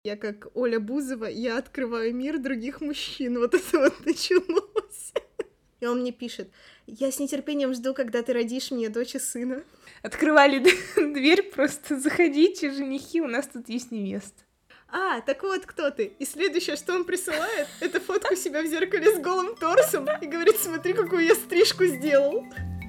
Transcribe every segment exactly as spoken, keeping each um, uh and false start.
Я как Оля Бузова, я открываю мир других мужчин. Вот это вот началось. И он мне пишет: я с нетерпением жду, когда ты родишь мне дочь и сына. Открывали дверь, просто заходите, женихи, у нас тут есть невеста. А, так вот кто ты. И следующее, что он присылает, это фотку себя в зеркале с голым торсом и говорит: смотри, какую я стрижку сделал.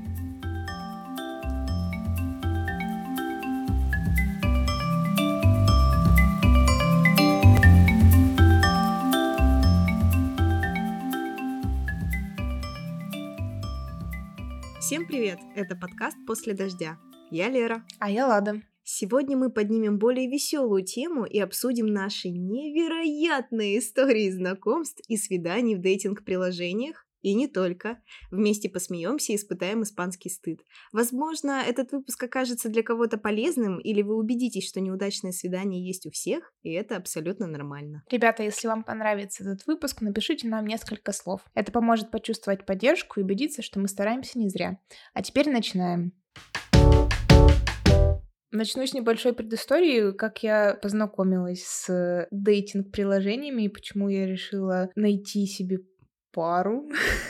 Всем привет! Это подкаст «После дождя». Я Лера. А я Лада. Сегодня мы поднимем более веселую тему и обсудим наши невероятные истории знакомств и свиданий в дейтинг-приложениях. И не только. Вместе посмеемся и испытаем испанский стыд. Возможно, этот выпуск окажется для кого-то полезным, или вы убедитесь, что неудачное свидание есть у всех, и это абсолютно нормально. Ребята, если вам понравится этот выпуск, напишите нам несколько слов. Это поможет почувствовать поддержку и убедиться, что мы стараемся не зря. А теперь начинаем. Начну с небольшой предыстории, как я познакомилась с дейтинг-приложениями и почему я решила найти себе пару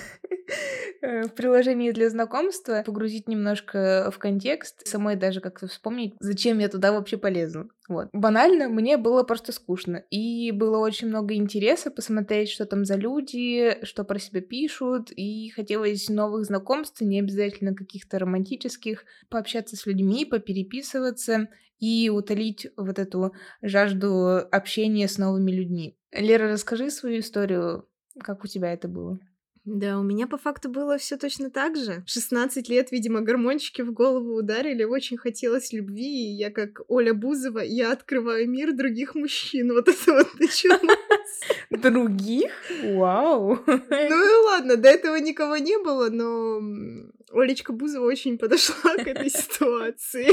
в приложении для знакомства, погрузить немножко в контекст, самой даже как-то вспомнить, зачем я туда вообще полезу. Вот. Банально, мне было просто скучно, и было очень много интереса посмотреть, что там за люди, что про себя пишут, и хотелось новых знакомств, не обязательно каких-то романтических, пообщаться с людьми, попереписываться и утолить вот эту жажду общения с новыми людьми. Лера, расскажи свою историю, как у тебя это было? Да, у меня по факту было все точно так же. В шестнадцать лет, видимо, гормончики в голову ударили, очень хотелось любви, и я как Оля Бузова, я открываю мир других мужчин. Вот это вот началось. Других? Вау! Ну и ладно, до этого никого не было, но Олечка Бузова очень подошла к этой ситуации.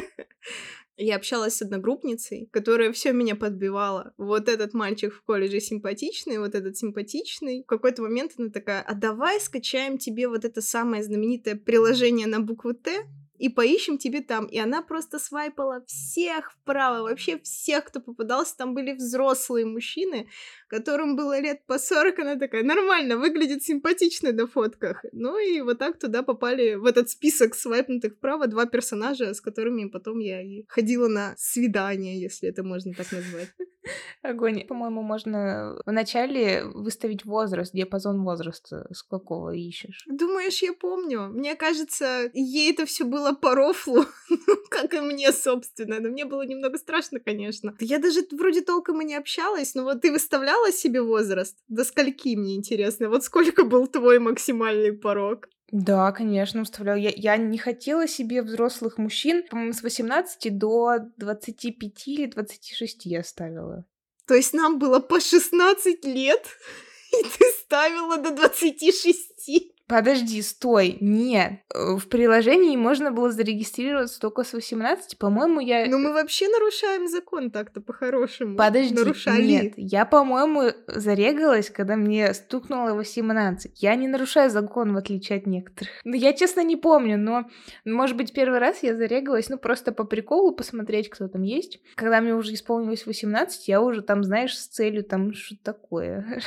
Я общалась с одногруппницей, которая все меня подбивала. Вот этот мальчик в колледже симпатичный, вот этот симпатичный. В какой-то момент она такая: а давай скачаем тебе вот это самое знаменитое приложение на букву Т и поищем тебе там. И она просто свайпала всех вправо, вообще всех, кто попадался. Там были взрослые мужчины, которым было лет по сорок. Она такая: нормально, выглядит симпатично на фотках. Ну и вот так туда попали, в этот список свайпнутых вправо, два персонажа, с которыми потом я и ходила на свидание, если это можно так назвать. Огонь. По-моему, можно вначале выставить возраст, диапазон возраста, с какого ищешь. Думаешь, я помню? Мне кажется, ей это все было по рофлу, как и мне, собственно. Но мне было немного страшно, конечно. Я даже вроде толком и не общалась, но вот ты выставляла себе возраст? До скольки, мне интересно? Вот сколько был твой максимальный порог? Да, конечно, выставляла. Я, я не хотела себе взрослых мужчин. По-моему, с восемнадцати до двадцати пяти или двадцати шести я ставила. То есть нам было по шестнадцать лет, и ты ставила до двадцати шести? Подожди, стой, нет. В приложении можно было зарегистрироваться только с восемнадцати, по-моему, я... Ну мы вообще нарушаем закон так-то по-хорошему. Подожди, Нарушали. Нет, я, по-моему, зарегалась, когда мне стукнуло восемнадцать. Я не нарушаю закон, в отличие от некоторых. Ну, я, честно, не помню, но, может быть, первый раз я зарегалась, ну, просто по приколу посмотреть, кто там есть. Когда мне уже исполнилось восемнадцать, я уже там, знаешь, с целью там, что такое?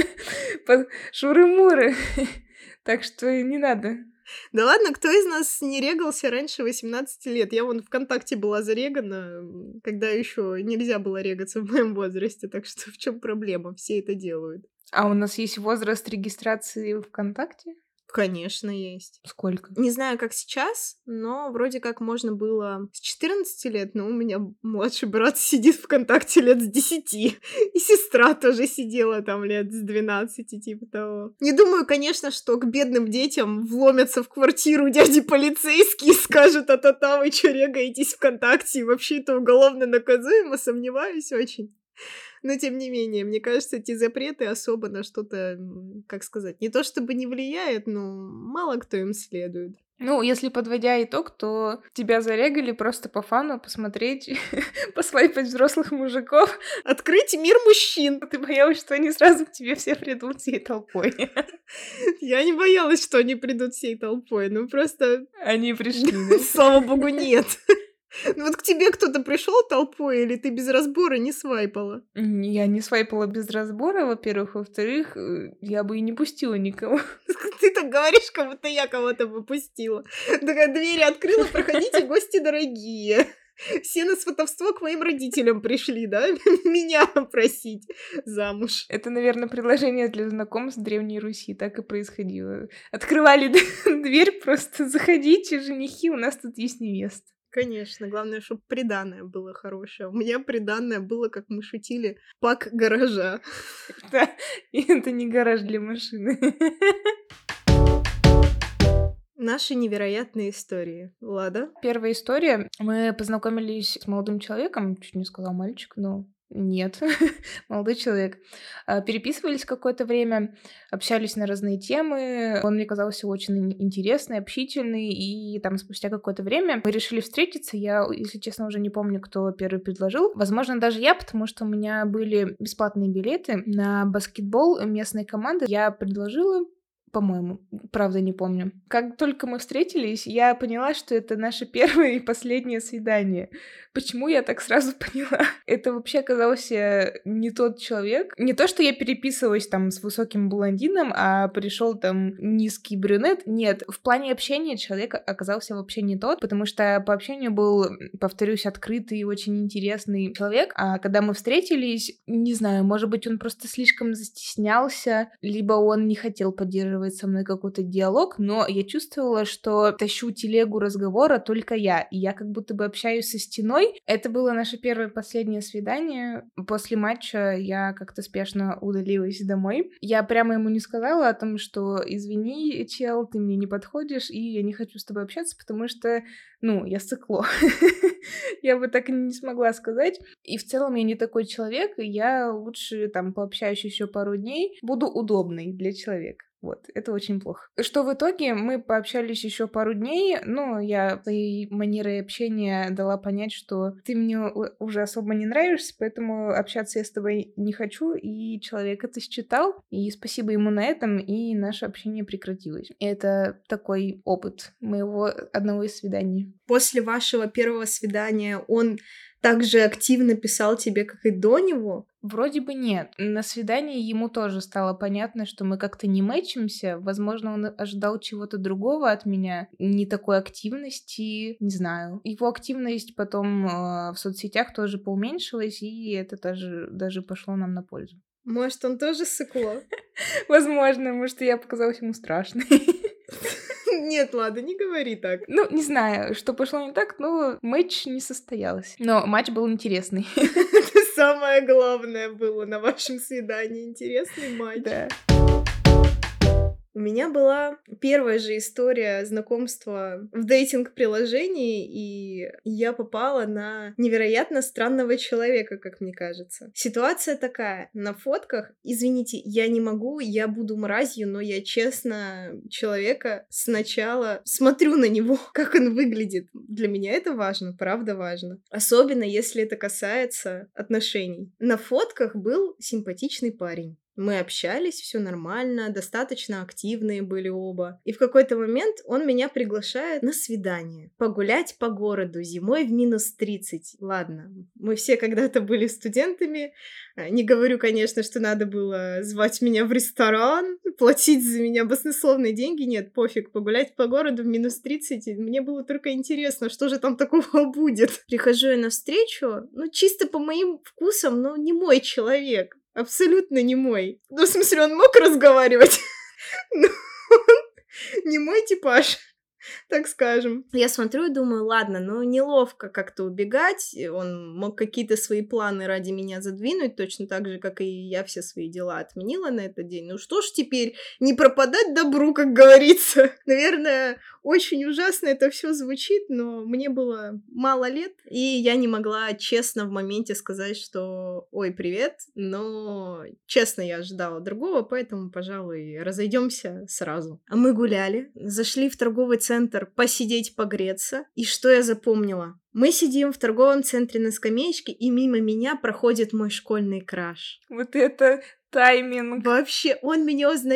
Шуры-муры. Так что не надо. Да ладно, кто из нас не регался раньше восемнадцати лет? Я вон ВКонтакте была зарегана, когда еще нельзя было регаться в моем возрасте, так что в чем проблема? Все это делают. А у нас есть возраст регистрации ВКонтакте? Конечно, есть. Сколько? Не знаю, как сейчас, но вроде как можно было с четырнадцати лет, но у меня младший брат сидит ВКонтакте лет с десяти, и сестра тоже сидела там лет с двенадцати, типа того. Не думаю, конечно, что к бедным детям вломятся в квартиру дяди полицейские и скажут: а-та-та, вы чё регаетесь ВКонтакте, и вообще это уголовно наказуемо, сомневаюсь очень. Но, тем не менее, мне кажется, эти запреты особо на что-то, как сказать, не то чтобы не влияют, но мало кто им следует. Ну, если подводя итог, то тебя зарегали просто по фану посмотреть, посвайпать взрослых мужиков. Открыть мир мужчин. Ты боялась, что они сразу к тебе все придут всей толпой. Я не боялась, что они придут всей толпой, ну просто... Они пришли, да? Слава богу, нет. Ну вот к тебе кто-то пришел толпой, или ты без разбора не свайпала? Я не свайпала без разбора, во-первых. Во-вторых, э, я бы и не пустила никого. Ты так говоришь, как будто я кого-то бы пустила. Такая двери открыла, проходите, гости дорогие. Все на сватовство к моим родителям пришли, да? Меня просить замуж. Это, наверное, предложение для знакомств Древней Руси. Так и происходило. Открывали дверь, просто заходите, женихи, у нас тут есть невеста. Конечно, главное, чтобы приданое было хорошее. У меня приданое было, как мы шутили, пак гаража. Да, и это не гараж для машины. Наши невероятные истории. Лада? Первая история. Мы познакомились с молодым человеком, чуть не сказала мальчик, но нет, молодой человек. А, Переписывались какое-то время, общались на разные темы. Он мне казался очень ин- интересный, общительный, и там спустя какое-то время мы решили встретиться. Я, если честно, уже не помню, кто первый предложил. Возможно, даже я, потому что у меня были бесплатные билеты на баскетбол местной команды. Я предложила, по-моему, правда не помню. Как только мы встретились, я поняла, что это наше первое и последнее свидание. Почему я так сразу поняла? Это вообще оказался не тот человек. Не то, что я переписывалась там с высоким блондином, а пришел там низкий брюнет. Нет, в плане общения человек оказался вообще не тот, потому что по общению был, повторюсь, открытый и очень интересный человек. А когда мы встретились, не знаю, может быть, он просто слишком застеснялся, либо он не хотел поддерживать со мной какой-то диалог, но я чувствовала, что тащу телегу разговора только я, и я как будто бы общаюсь со стеной. Это было наше первое и последнее свидание. После матча я как-то спешно удалилась домой. Я прямо ему не сказала о том, что извини, чел, ты мне не подходишь, и я не хочу с тобой общаться, потому что, ну, я сыкло. Я бы так и не смогла сказать. И в целом я не такой человек, и я лучше там пообщаюсь еще пару дней, буду удобной для человека. Вот, это очень плохо. Что в итоге, мы пообщались еще пару дней, но я своей манерой общения дала понять, что ты мне у- уже особо не нравишься, поэтому общаться я с тобой не хочу, и человек это считал, и спасибо ему на этом, и наше общение прекратилось. И это такой опыт моего одного из свиданий. После вашего первого свидания он так же активно писал тебе, как и до него? Вроде бы нет. На свидании ему тоже стало понятно, что мы как-то не мэчимся. Возможно, он ожидал чего-то другого от меня, не такой активности, не знаю. Его активность потом э, в соцсетях тоже поуменьшилась, и это даже, даже пошло нам на пользу. Может, он тоже сыкло? Возможно, может, я показалась ему страшной. Нет, ладно, не говори так. Ну, не знаю, что пошло не так, но матч не состоялся. Но матч был интересный. Это самое главное было на вашем свидании. Интересный матч. Да. У меня была первая же история знакомства в дейтинг-приложении, и я попала на невероятно странного человека, как мне кажется. Ситуация такая. На фотках, извините, я не могу, я буду мразью, но я честно человека сначала смотрю на него, как он выглядит. Для меня это важно, правда важно. Особенно, если это касается отношений. На фотках был симпатичный парень. Мы общались, все нормально, достаточно активные были оба. И в какой-то момент он меня приглашает на свидание. Погулять по городу зимой в минус тридцать. Ладно, мы все когда-то были студентами. Не говорю, конечно, что надо было звать меня в ресторан, платить за меня баснословные деньги. Нет, пофиг, погулять по городу в минус тридцать. Мне было только интересно, что же там такого будет. Прихожу я навстречу, ну, чисто по моим вкусам, но не мой человек. Абсолютно не мой. Ну, в смысле, он мог разговаривать, но он не мой типаж, так скажем. Я смотрю и думаю, ладно, ну неловко как-то убегать. Он мог какие-то свои планы ради меня задвинуть, точно так же, как и я все свои дела отменила на этот день. Ну что ж теперь, не пропадать добру, как говорится. Наверное, очень ужасно это все звучит, но мне было мало лет, и я не могла честно в моменте сказать, что ой, привет, но честно я ожидала другого, поэтому, пожалуй, разойдемся сразу. А мы гуляли, зашли в торговый центр посидеть, погреться, и что я запомнила? Мы сидим в торговом центре на скамеечке, и мимо меня проходит мой школьный краш. Вот это тайминг. Вообще, он меня узнает,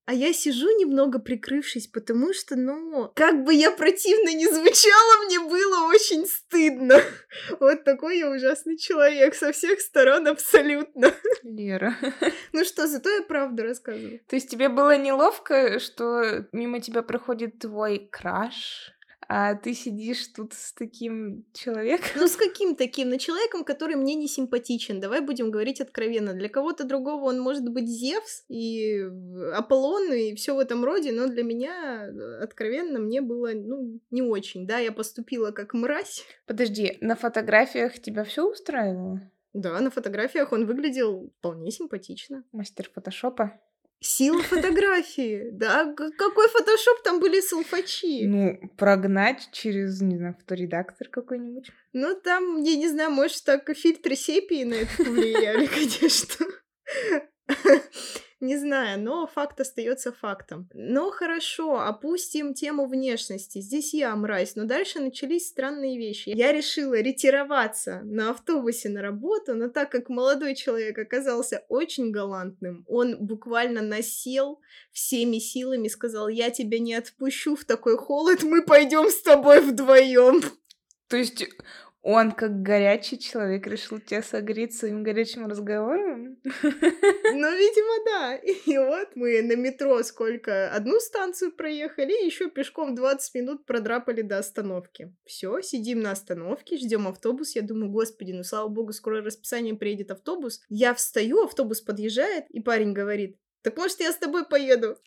А я сижу немного прикрывшись, потому что, ну, как бы я противно не звучала, мне было очень стыдно. Вот такой я ужасный человек со всех сторон абсолютно. Лера. Ну что, зато я правду рассказываю. То есть тебе было неловко, что мимо тебя проходит твой краш, а ты сидишь тут с таким человеком? Ну, с каким таким? Ну, человеком, который мне не симпатичен. Давай будем говорить откровенно. Для кого-то другого он может быть Зевс и Аполлон и все в этом роде, но для меня, откровенно, мне было, ну, не очень. Да, я поступила как мразь. Подожди, на фотографиях тебя все устраивало? Да, на фотографиях он выглядел вполне симпатично. Мастер фотошопа? Сила фотографии, да? Какой фотошоп, там были салфачи. Ну, прогнать через, не знаю, фоторедактор какой-нибудь. Ну, там, я не знаю, может, так фильтры сепии на это повлияли, конечно. Не знаю, но факт остается фактом. Но хорошо, опустим тему внешности. Здесь я мразь, но дальше начались странные вещи. Я решила ретироваться на автобусе на работу, но так как молодой человек оказался очень галантным, он буквально насел всеми силами, сказал: я тебя не отпущу в такой холод, мы пойдем с тобой вдвоем. То есть он, как горячий человек, решил тебя согреть своим горячим разговором? Ну, видимо, да. И вот мы на метро сколько? Одну станцию проехали, и еще пешком двадцать минут продрапали до остановки. Все, сидим на остановке, ждем автобус. Я думаю, господи, ну слава богу, скоро расписание приедет автобус. Я встаю, автобус подъезжает, и парень говорит: так может, я с тобой поеду?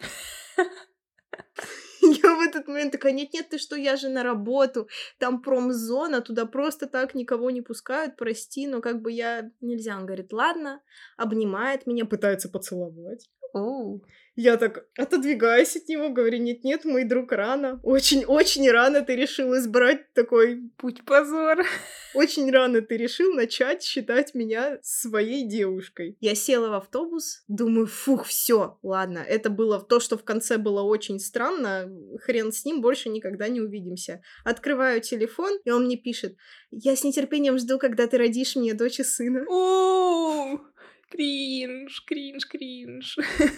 Я в этот момент такая: нет-нет, ты что, я же на работу, там промзона, туда просто так никого не пускают, прости, но как бы я... Нельзя. Он говорит: ладно, обнимает меня, пытается поцеловать. Оу. Я так отодвигаюсь от него, говорю: нет-нет, мой друг, рано. Очень-очень рано ты решил избрать такой... Путь позора. Очень рано ты решил начать считать меня своей девушкой. Я села в автобус, думаю, фух, все, ладно. Это было то, что в конце было очень странно. Хрен с ним, больше никогда не увидимся. Открываю телефон, и он мне пишет: я с нетерпением жду, когда ты родишь мне дочь и сына. Оу, кринж, кринж, кринж.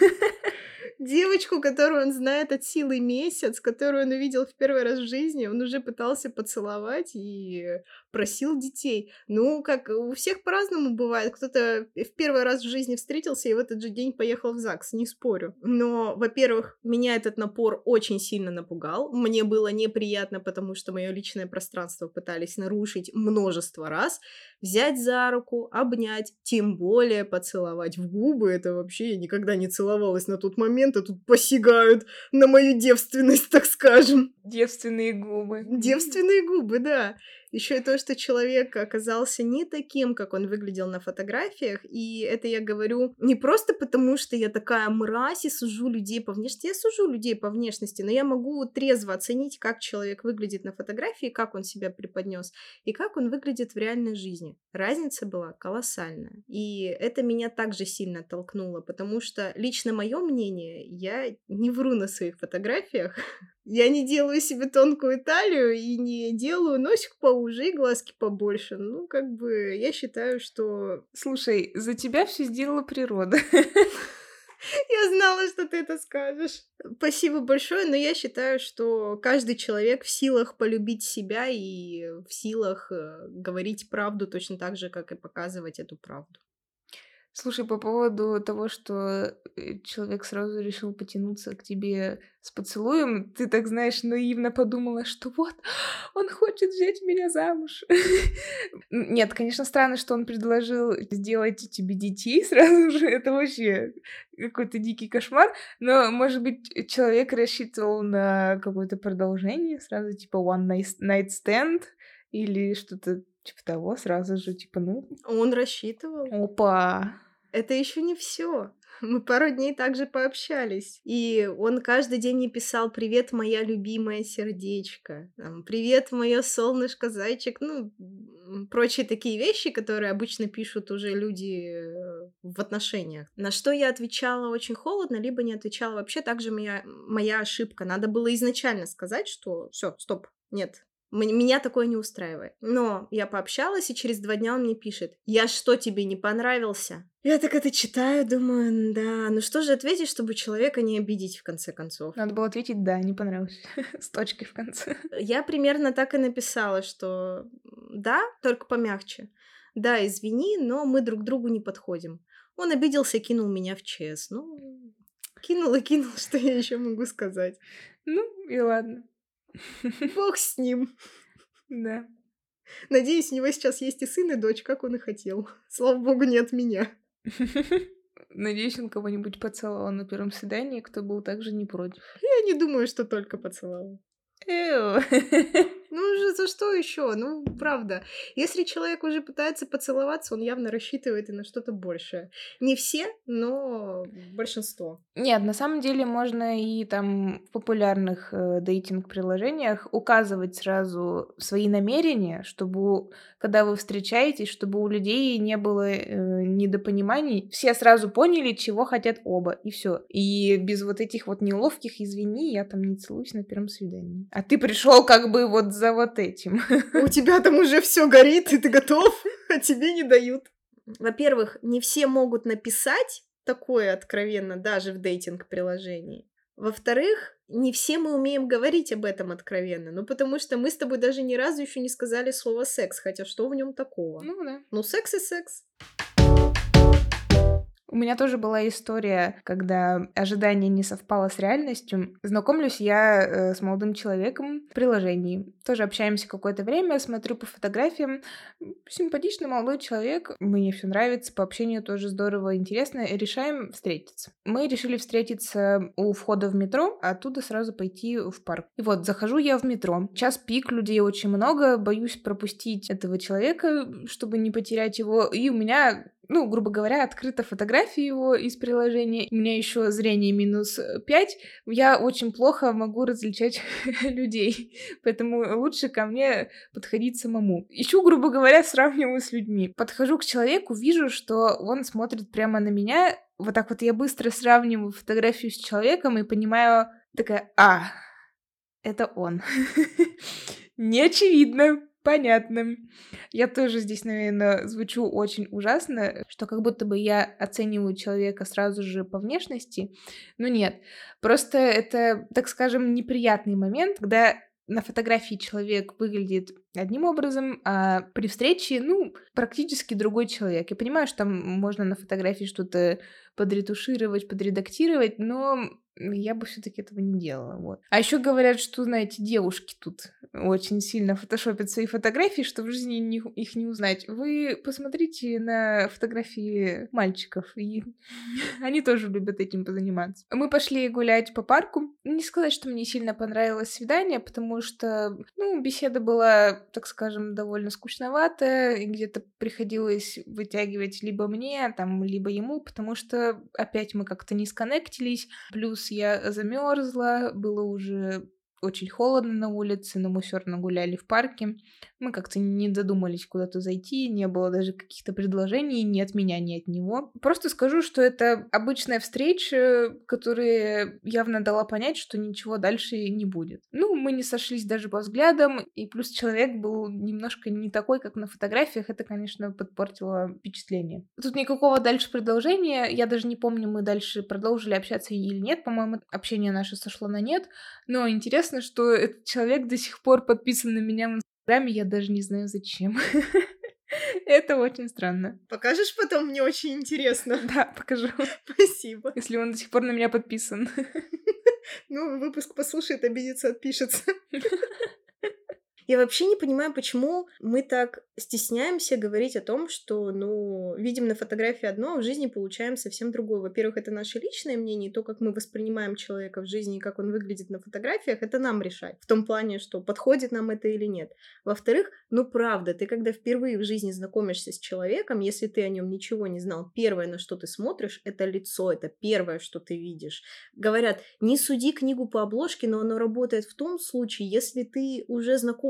Девочку, которую он знает от силы месяц, которую он увидел в первый раз в жизни, он уже пытался поцеловать и просил детей. Ну, как у всех по-разному бывает. Кто-то в первый раз в жизни встретился и в этот же день поехал в ЗАГС, не спорю. Но, во-первых, меня этот напор очень сильно напугал. Мне было неприятно, потому что мое личное пространство пытались нарушить множество раз. Взять за руку, обнять, тем более поцеловать в губы. Это вообще я никогда не целовалась на тот момент, а тут посягают на мою девственность, так скажем. Девственные губы. Девственные губы, да. Еще и то, что человек оказался не таким, как он выглядел на фотографиях, и это я говорю не просто потому, что я такая мразь и сужу людей по внешности. Я сужу людей по внешности, но я могу трезво оценить, как человек выглядит на фотографии, как он себя преподнес и как он выглядит в реальной жизни. Разница была колоссальная. И это меня также сильно толкнуло, потому что лично мое мнение, я не вру на своих фотографиях. Я не делаю себе тонкую талию и не делаю носик поуже и глазки побольше. Ну, как бы, я считаю, что... Слушай, за тебя все сделала природа. Я знала, что ты это скажешь. Спасибо большое, но я считаю, что каждый человек в силах полюбить себя и в силах э, говорить правду точно так же, как и показывать эту правду. Слушай, по поводу того, что э, человек сразу решил потянуться к тебе с поцелуем, ты так, знаешь, наивно подумала, что вот, он хочет взять меня замуж. Нет, конечно, странно, что он предложил сделать тебе детей сразу же. Это вообще какой-то дикий кошмар. Но, может быть, человек рассчитывал на какое-то продолжение, сразу типа one night stand или что-то типа того, сразу же, типа, ну... Он рассчитывал. Опа! Это еще не все. Мы пару дней также пообщались. И он каждый день мне писал: привет, моя любимая сердечко. Там, привет, мое солнышко, зайчик. Ну, прочие такие вещи, которые обычно пишут уже люди в отношениях. На что я отвечала очень холодно, либо не отвечала вообще. Также моя, моя ошибка. Надо было изначально сказать, что все, стоп, нет. М- меня такое не устраивает. Но я пообщалась, и через два дня он мне пишет: «Я что, тебе не понравился?» Я так это читаю, думаю, да, ну что же ответить, чтобы человека не обидеть в конце концов? Надо было ответить «да, не понравилось» с точкой в конце. Я примерно так и написала, что да, только помягче. Да, извини, но мы друг другу не подходим. Он обиделся, кинул меня в ЧС. Ну, кинул и кинул, что я еще могу сказать. Ну, и ладно. Бог с ним. Да. Надеюсь, у него сейчас есть и сын, и дочь, как он и хотел. Слава богу, не от меня. Надеюсь, он кого-нибудь поцеловал на первом свидании, кто был также не против. Я не думаю, что только поцеловал. Эу. Ну уже за что еще? Ну, правда. Если человек уже пытается поцеловаться, он явно рассчитывает и на что-то большее. Не все, но большинство. Нет, на самом деле можно и там в популярных э, дейтинг-приложениях указывать сразу свои намерения, чтобы у- когда вы встречаетесь, чтобы у людей не было э, недопониманий, все сразу поняли, чего хотят оба, и все. И без вот этих вот неловких «извини, я там не целуюсь на первом свидании». А ты пришел как бы вот за вот этим. У тебя там уже все горит, и ты готов, а тебе не дают. Во-первых, не все могут написать такое откровенно, даже в дейтинг-приложении. Во-вторых, не все мы умеем говорить об этом откровенно. Ну, потому что мы с тобой даже ни разу еще не сказали слово «секс», хотя что в нем такого? Ну да. Ну, секс и секс. У меня тоже была история, когда ожидание не совпало с реальностью. Знакомлюсь я э, с молодым человеком в приложении. Тоже общаемся какое-то время, смотрю по фотографиям. Симпатичный молодой человек, мне все нравится, по общению тоже здорово, интересно. И решаем встретиться. Мы решили встретиться у входа в метро, а оттуда сразу пойти в парк. И вот, захожу я в метро. Час пик, людей очень много, боюсь пропустить этого человека, чтобы не потерять его. И у меня... Ну, грубо говоря, открыта фотография его из приложения. У меня еще зрение минус пять. Я очень плохо могу различать людей. Поэтому лучше ко мне подходить самому. Еще, грубо говоря, сравниваю с людьми. Подхожу к человеку, вижу, что он смотрит прямо на меня. Вот так вот я быстро сравниваю фотографию с человеком и понимаю, такая, а, это он. Не очевидно. Понятно. Я тоже здесь, наверное, звучу очень ужасно, что как будто бы я оцениваю человека сразу же по внешности, но нет. Просто это, так скажем, неприятный момент, когда на фотографии человек выглядит одним образом, а при встрече, ну, практически другой человек. Я понимаю, что там можно на фотографии что-то подретушировать, подредактировать, но я бы все-таки этого не делала. Вот. А еще говорят, что, знаете, девушки тут очень сильно фотошопят свои фотографии, что в жизни не- их не узнать. Вы посмотрите на фотографии мальчиков, и они тоже любят этим позаниматься. Мы пошли гулять по парку. Не сказать, что мне сильно понравилось свидание, потому что, ну, беседа была, так скажем, довольно скучноватая, и где-то приходилось вытягивать либо мне, там, либо ему, потому что опять мы как-то не сконнектились. Плюс я замерзла, было уже очень холодно на улице, но мы все равно гуляли в парке. Мы как-то не додумались куда-то зайти, не было даже каких-то предложений ни от меня, ни от него. Просто скажу, что это обычная встреча, которая явно дала понять, что ничего дальше не будет. Ну, мы не сошлись даже по взглядам, и плюс человек был немножко не такой, как на фотографиях. Это, конечно, подпортило впечатление. Тут никакого дальше продолжения. Я даже не помню, мы дальше продолжили общаться или нет. По-моему, общение наше сошло на нет. Но интересно, что этот человек до сих пор подписан на меня в Инстаграме, я даже не знаю зачем. Это очень странно. Покажешь потом? Мне очень интересно. Да, покажу. Спасибо. Если он до сих пор на меня подписан. Ну, выпуск послушает, обидится, отпишется. Я вообще не понимаю, почему мы так стесняемся говорить о том, что, ну, видим на фотографии одно, а в жизни получаем совсем другое. Во-первых, это наше личное мнение, и то, как мы воспринимаем человека в жизни, и как он выглядит на фотографиях, это нам решать. В том плане, что подходит нам это или нет. Во-вторых, ну, правда, ты когда впервые в жизни знакомишься с человеком, если ты о нем ничего не знал, первое, на что ты смотришь, это лицо, это первое, что ты видишь. Говорят, не суди книгу по обложке, но оно работает в том случае, если ты уже знаком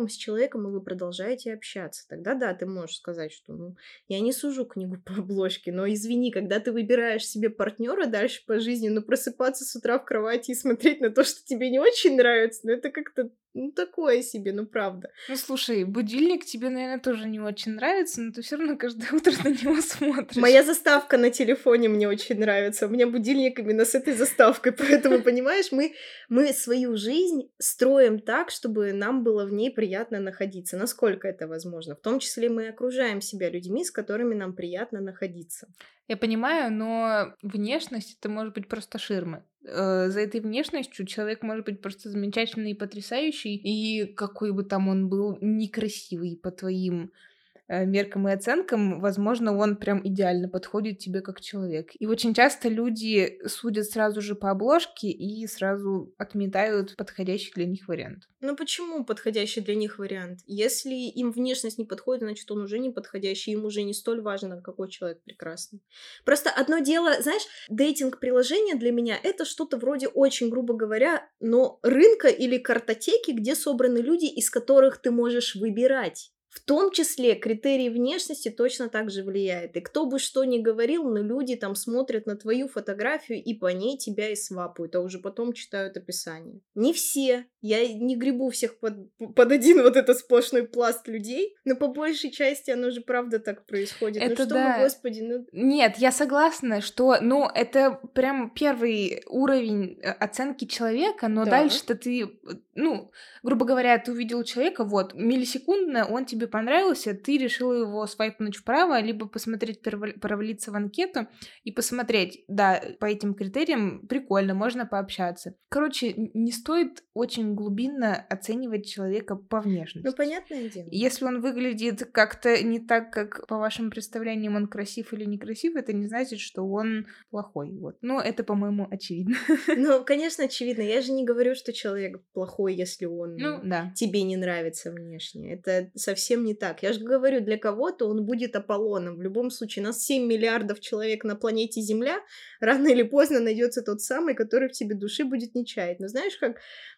знаком с человеком, и вы продолжаете общаться. Тогда да, ты можешь сказать, что ну, я не сужу книгу по обложке, но извини, когда ты выбираешь себе партнера дальше по жизни, ну просыпаться с утра в кровати и смотреть на то, что тебе не очень нравится, ну это как-то ну такое себе, ну правда. Ну слушай, будильник тебе, наверное, тоже не очень нравится, но ты все равно каждое утро на него смотришь. Моя заставка на телефоне мне очень нравится. У меня будильник именно с этой заставкой. Поэтому, понимаешь, мы, мы свою жизнь строим так, чтобы нам было в ней приятно находиться. Насколько это возможно. В том числе мы окружаем себя людьми, с которыми нам приятно находиться. Я понимаю, но внешность — это может быть просто ширма. Э, За этой внешностью человек может быть просто замечательный и потрясающий, и какой бы там он был некрасивый по твоим э, меркам и оценкам, возможно, он прям идеально подходит тебе как человек. И очень часто люди судят сразу же по обложке и сразу отметают подходящий для них вариант. Ну почему подходящий для них вариант? Если им внешность не подходит, значит, он уже не подходящий, им уже не столь важно, какой человек прекрасный. Просто одно дело, знаешь, дейтинг-приложение для меня — это что-то вроде, очень грубо говоря, но рынка или картотеки, где собраны люди, из которых ты можешь выбирать. В том числе критерий внешности точно так же влияет. И кто бы что ни говорил, но люди там смотрят на твою фотографию и по ней тебя и свапают, а уже потом читают описание. Не все. Я не гребу всех под, под один вот этот сплошной пласт людей, но по большей части оно же правда так происходит. Это ну что да. вы, господи, ну... Нет, я согласна, что, ну, это прям первый уровень э, оценки человека, но Да. дальше-то ты, э, ну, грубо говоря, ты увидел человека, вот, миллисекундно он тебе понравился, ты решила его свайпнуть вправо, либо посмотреть, перв- провалиться в анкету и посмотреть, да, по этим критериям прикольно, можно пообщаться. Короче, н- не стоит очень глубинно оценивать человека по внешности. Ну, понятное дело. Если он выглядит как-то не так, как по вашим представлениям он красив или некрасив, это не значит, что он плохой. Вот. Но это, по-моему, очевидно. Ну, конечно, очевидно. Я же не говорю, что человек плохой, если он Ну, да. тебе не нравится внешне. Это совсем не так. Я же говорю, для кого-то он будет Аполлоном. В любом случае, нас семь миллиардов человек на планете Земля. Рано или поздно найдется тот самый, который в тебе души будет не чаять. Но знаешь, как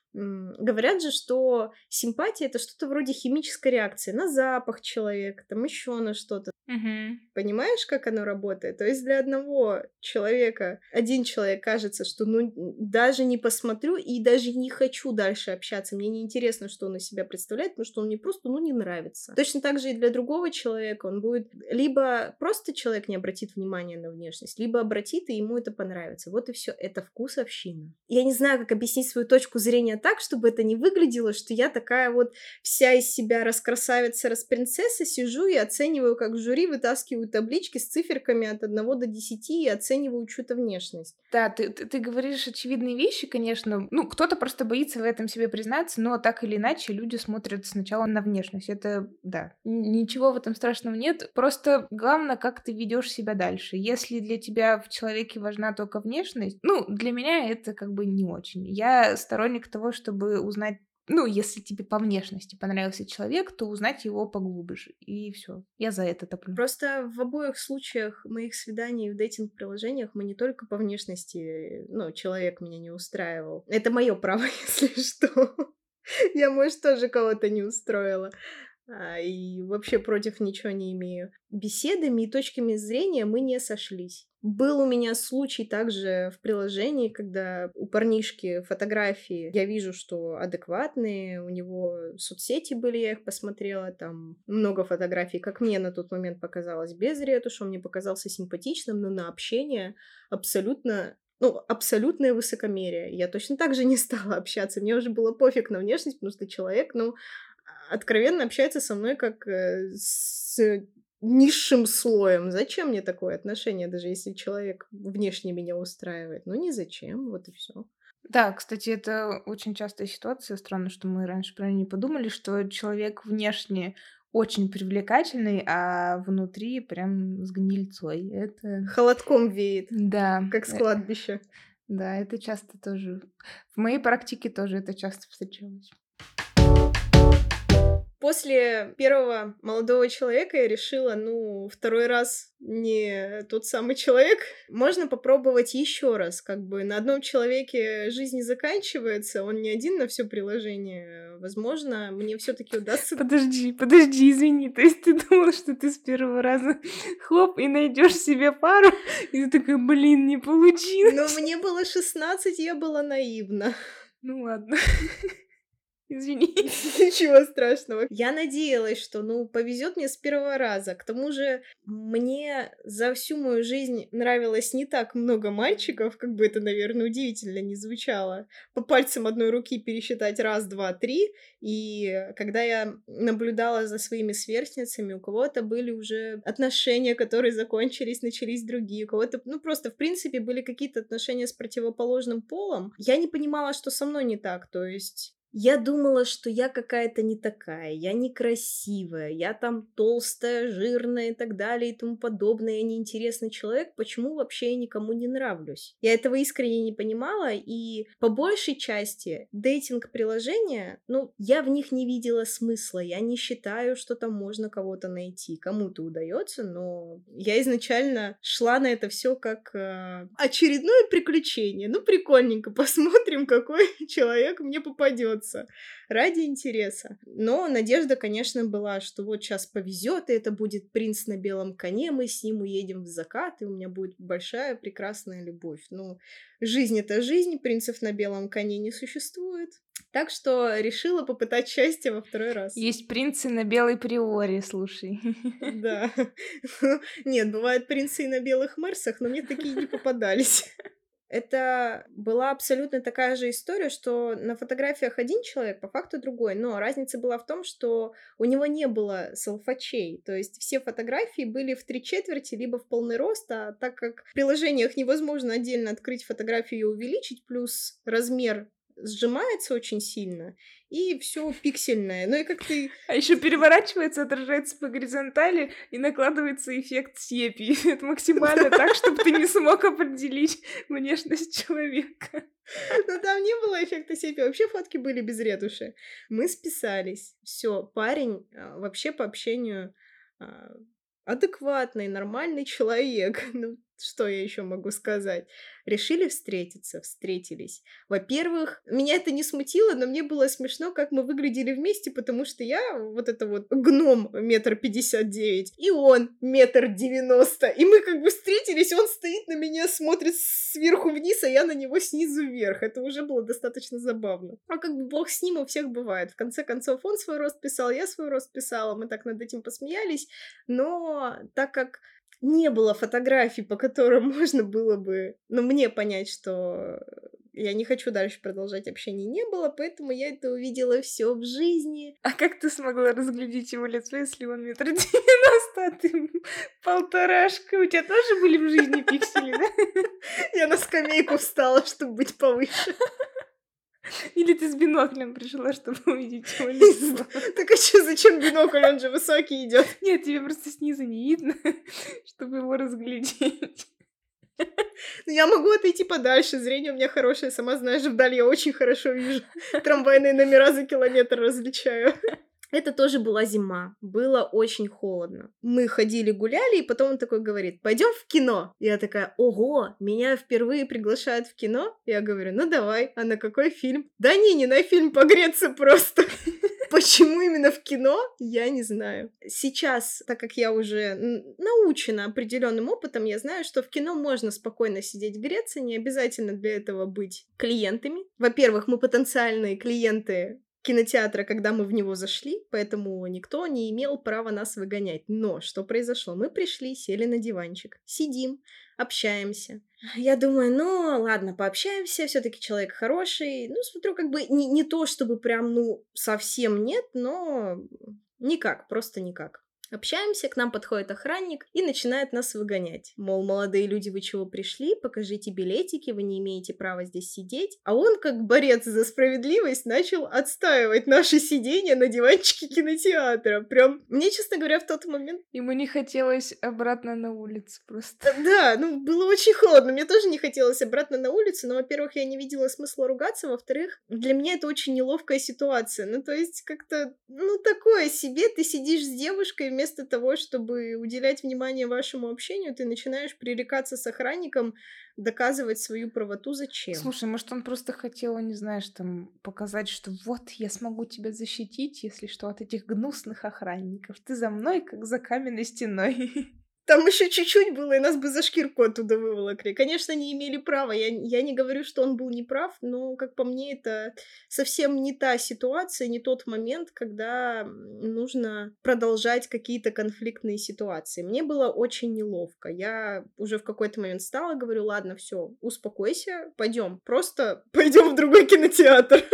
м, говорят же, что симпатия — это что-то вроде химической реакции на запах человека, там еще на что-то. Мгм. Понимаешь, как оно работает? То есть для одного человека, один человек кажется, что ну даже не посмотрю и даже не хочу дальше общаться, мне неинтересно, что он из себя представляет, потому что он мне просто, ну, не нравится. Точно так же и для другого человека он будет либо просто человек не обратит внимания на внешность, либо обратит, и ему это понравится. Вот и все. Это вкусовщина. Я не знаю, как объяснить свою точку зрения так, чтобы это не выглядело, что я такая вот вся из себя раскрасавица, распринцесса, сижу и оцениваю, как в жюри вытаскиваю таблички с циферками от одного до десяти и оцениваю чью-то внешность. Да, ты, ты, ты говоришь очевидные вещи, конечно. Ну, кто-то просто боится в этом себе признаться, но так или иначе люди смотрят сначала на внешность. Это, да, н- ничего в этом страшного нет. Просто главное, как ты ведешь себя дальше. Если для тебя в человеке важна только внешность, ну, для меня это как бы не очень. Я сторонник того, чтобы узнать, ну, если тебе по внешности понравился человек, то узнать его поглубже. И все. Я за это топлю. Просто в обоих случаях моих свиданий в дейтинг-приложениях мы не только по внешности, ну, человек меня не устраивал. Это мое право, если что. Я, может, тоже кого-то не устроила. А, и вообще против ничего не имею. Беседами и точками зрения мы не сошлись. Был у меня случай также в приложении, когда у парнишки фотографии я вижу, что адекватные, у него соцсети были, я их посмотрела, там много фотографий, как мне на тот момент показалось, без ретуши, он мне показался симпатичным, но на общение абсолютно ну, абсолютное высокомерие. Я точно так же не стала общаться. Мне уже было пофиг на внешность, потому что человек, ну, откровенно общается со мной как э, с низшим слоем. Зачем мне такое отношение, даже если человек внешне меня устраивает? Ну, не зачем, вот и все. Да, кстати, это очень частая ситуация. Странно, что мы раньше про неё не подумали, что человек внешне очень привлекательный, а внутри прям с гнильцой. Это Холодком веет, да, как с э, кладбища. да, это часто тоже. В моей практике тоже это часто встречалось. После первого молодого человека я решила, ну, второй раз не тот самый человек. Можно попробовать еще раз. Как бы на одном человеке жизнь не заканчивается, он не один на все приложение. Возможно, мне все-таки удастся. Подожди, подожди, извини. То есть ты думала, что ты с первого раза хлоп и найдешь себе пару, и ты такая, блин, не получилось. Но мне было шестнадцать, я была наивна. Ну ладно. Извини. Ничего страшного. Я надеялась, что, ну, повезет мне с первого раза. К тому же мне за всю мою жизнь нравилось не так много мальчиков, как бы это, наверное, удивительно не звучало. По пальцам одной руки пересчитать раз, два, три. И когда я наблюдала за своими сверстницами, у кого-то были уже отношения, которые закончились, начались другие. У кого-то, ну, просто, в принципе, были какие-то отношения с противоположным полом. Я не понимала, что со мной не так. То есть я думала, что я какая-то не такая, я некрасивая, я там толстая, жирная и так далее и тому подобное, я неинтересный человек, почему вообще я никому не нравлюсь? Я этого искренне не понимала, и по большей части дейтинг-приложения, ну, я в них не видела смысла, я не считаю, что там можно кого-то найти, кому-то удается, но я изначально шла на это все как э, очередное приключение, ну, прикольненько, посмотрим, какой человек мне попадется. Ради интереса. Но надежда, конечно, была, что вот сейчас повезет, и это будет принц на белом коне, мы с ним уедем в закат, и у меня будет большая прекрасная любовь. Ну, жизнь — это жизнь, принцев на белом коне не существует. Так что решила попытать счастье во второй раз. Есть принцы на белой приоре, слушай. Да. Нет, бывают принцы и на белых мерсах, но мне такие не попадались. Это была абсолютно такая же история, что на фотографиях один человек, по факту другой, но разница была в том, что у него не было селфачей, то есть все фотографии были в три четверти, либо в полный рост, а так как в приложениях невозможно отдельно открыть фотографию и увеличить, плюс размер сжимается очень сильно, и все пиксельное. Ну и как ты... А еще переворачивается, отражается по горизонтали и накладывается эффект сепии. Это максимально так, чтобы ты не смог определить внешность человека. Но там не было эффекта сепии, вообще фотки были без ретуши. Мы списались. Все, парень вообще по общению адекватный, нормальный человек. Ну, что я еще могу сказать? Решили встретиться, встретились. Во-первых, меня это не смутило, но мне было смешно, как мы выглядели вместе, потому что я вот это вот гном метр пятьдесят девять, и он метр девяносто, и мы как бы встретились, он стоит на меня, смотрит сверху вниз, а я на него снизу вверх. Это уже было достаточно забавно. А как бы бог с ним, у всех бывает. В конце концов, он свой рост писал, я свой рост писала, мы так над этим посмеялись, но так как не было фотографий, по которым можно было бы, ну, мне понять, что я не хочу дальше продолжать общение, не было, поэтому я это увидела все в жизни. А как ты смогла разглядеть его лицо, если он метр девяносто, а ты полторашка? У тебя тоже были в жизни пиксели, да? Я на скамейку встала, чтобы быть повыше. Или ты с биноклем пришла, чтобы увидеть его лицо? Так а что, зачем бинокль? Он же высокий идет. Нет, тебе просто снизу не видно, чтобы его разглядеть. Я могу отойти подальше, зрение у меня хорошее, сама знаешь, вдали я очень хорошо вижу. Трамвайные номера за километр различаю. Это тоже была зима, было очень холодно. Мы ходили, гуляли, и потом он такой говорит: пойдем в кино. Я такая: ого, меня впервые приглашают в кино? Я говорю: ну давай, а на какой фильм? Да не, не на фильм, погреться просто. Почему именно в кино, я не знаю. Сейчас, так как я уже научена определенным опытом, я знаю, что в кино можно спокойно сидеть греться, не обязательно для этого быть клиентами. Во-первых, мы потенциальные клиенты кинотеатра, когда мы в него зашли, поэтому никто не имел права нас выгонять. Но что произошло? Мы пришли, сели на диванчик, сидим, общаемся. Я думаю, ну ладно, пообщаемся, все-таки человек хороший. Ну, смотрю, как бы не, не то, чтобы прям, ну, совсем нет, но никак, просто никак. Общаемся, к нам подходит охранник и начинает нас выгонять. Мол, молодые люди, вы чего пришли? Покажите билетики, вы не имеете права здесь сидеть. А он, как борец за справедливость, начал отстаивать наше сидение на диванчике кинотеатра. Прям, мне, честно говоря, в тот момент... Ему не хотелось обратно на улицу просто. Да, ну, было очень холодно. Мне тоже не хотелось обратно на улицу, но, во-первых, я не видела смысла ругаться, во-вторых, для меня это очень неловкая ситуация. Ну, то есть, как-то, ну, такое себе, ты сидишь с девушкой, вместо того, чтобы уделять внимание вашему общению, ты начинаешь пререкаться с охранником, доказывать свою правоту. Зачем? Слушай, может, он просто хотел, не знаешь, там, показать, что вот, я смогу тебя защитить, если что, от этих гнусных охранников. Ты за мной, как за каменной стеной. Там еще чуть-чуть было, и нас бы за шкирку оттуда выволокли. Конечно, не имели права. Я, я не говорю, что он был неправ, но, как по мне, это совсем не та ситуация, не тот момент, когда нужно продолжать какие-то конфликтные ситуации. Мне было очень неловко. Я уже в какой-то момент встала, говорю, ладно, все, успокойся, пойдем, просто пойдем в другой кинотеатр.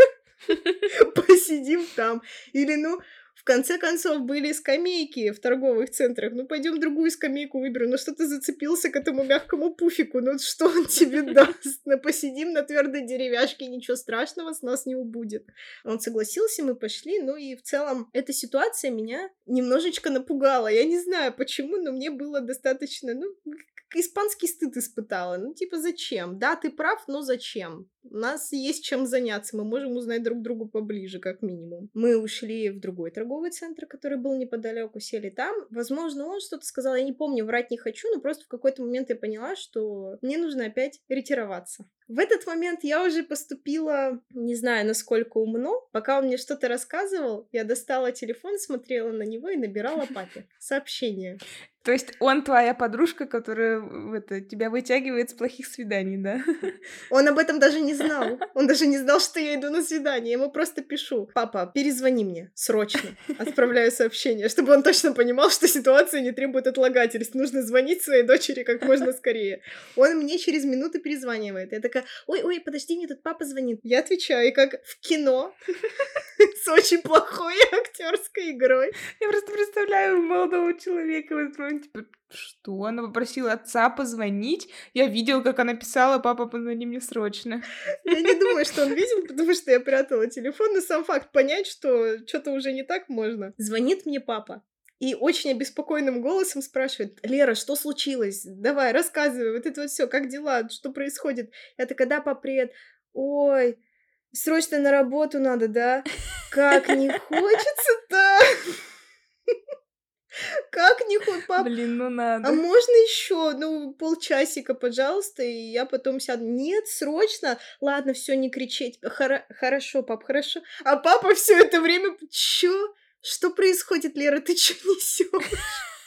Посидим там. Или, ну... В конце концов, были скамейки в торговых центрах. Ну, пойдем другую скамейку выберем. Ну, что ты зацепился к этому мягкому пуфику? Ну, что он тебе даст? Ну, посидим на твердой деревяшке, ничего страшного с нас не убудет. Он согласился, мы пошли. Ну, и в целом, эта ситуация меня немножечко напугала. Я не знаю, почему, но мне было достаточно, ну, испанский стыд испытала. Ну, типа, зачем? Да, ты прав, но зачем? У нас есть чем заняться, мы можем узнать друг другу поближе, как минимум. Мы ушли в другой торговый центр, который был неподалеку, сели там. Возможно, он что-то сказал, я не помню, врать не хочу, но просто в какой-то момент я поняла, что мне нужно опять ретироваться. В этот момент я уже поступила, не знаю, насколько умно. Пока он мне что-то рассказывал, я достала телефон, смотрела на него и набирала папе сообщение. То есть он твоя подружка, которая это, тебя вытягивает с плохих свиданий, да? Он об этом даже не знал. Он даже не знал, что я иду на свидание. Я ему просто пишу: папа, перезвони мне, срочно. Отправляю сообщение, чтобы он точно понимал, что ситуация не требует отлагательств. Нужно звонить своей дочери как можно скорее. Он мне через минуту перезванивает. Я такая: ой-ой, подожди, мне тут папа звонит. Я отвечаю, и как в кино, с очень плохой актерской игрой. Я просто представляю молодого человека в этот момент, типа, что? Она попросила отца позвонить? Я видела, как она писала: папа, позвони мне срочно. Я не думаю, что он видел, потому что я прятала телефон, но сам факт понять, что что-то уже не так можно. Звонит мне папа и очень обеспокоенным голосом спрашивает: Лера, что случилось? Давай, рассказывай, вот это вот все, как дела, что происходит? Я такая: да, пап, привет. Ой, срочно на работу надо, да? Как не хочется-то! Как не хочется, пап? Блин, ну надо. А можно еще, ну, полчасика, пожалуйста, и я потом сяду. Нет, срочно. Ладно, все, не кричать. Хор- хорошо, пап, хорошо. А папа все это время: чё? Что происходит, Лера? Ты чё несешь?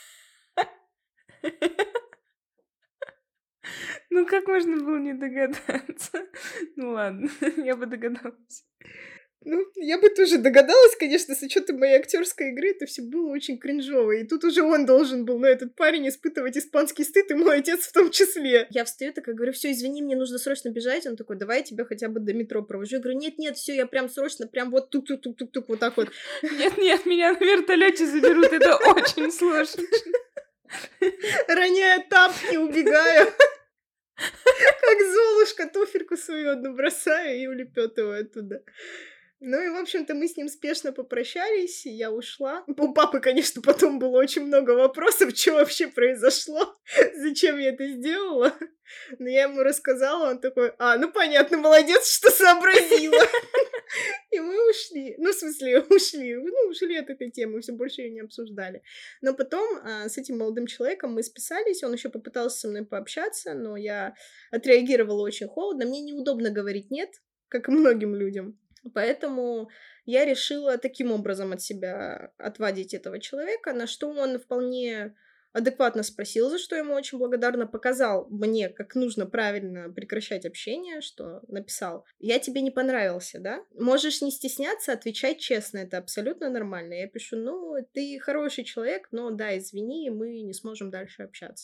Ну как можно было не догадаться? Ну ладно, я бы догадалась. Ну, я бы тоже догадалась, конечно, с учетом моей актерской игры, это все было очень кринжово. И тут уже он должен был, ну, этот парень, испытывать испанский стыд, и мой отец в том числе. Я встаю, такая, говорю: все, извини, мне нужно срочно бежать. Он такой: давай я тебя хотя бы до метро провожу. Я говорю: нет-нет, все, я прям срочно, прям вот тук-тук-тук-тук-тук, вот так вот. Нет-нет, меня на вертолете заберут, это очень сложно. Роняя тапки, убегаю. Как Золушка, туфельку свою одну бросаю и улепетываю оттуда. Ну и, в общем-то, мы с ним спешно попрощались, и я ушла. У папы, конечно, потом было очень много вопросов, что вообще произошло, зачем я это сделала. Но я ему рассказала, он такой: а, ну понятно, молодец, что сообразила. И мы ушли. Ну, в смысле, ушли. Ну, ушли от этой темы, все больше ее не обсуждали. Но потом а, с этим молодым человеком мы списались, он еще попытался со мной пообщаться, но я отреагировала очень холодно. Мне неудобно говорить «нет», как и многим людям. Поэтому я решила таким образом от себя отвадить этого человека, на что он вполне адекватно спросил, за что ему очень благодарна, показал мне, как нужно правильно прекращать общение, что написал: я тебе не понравился, да? Можешь не стесняться, отвечать честно, это абсолютно нормально. Я пишу: ну, ты хороший человек, но да, извини, мы не сможем дальше общаться.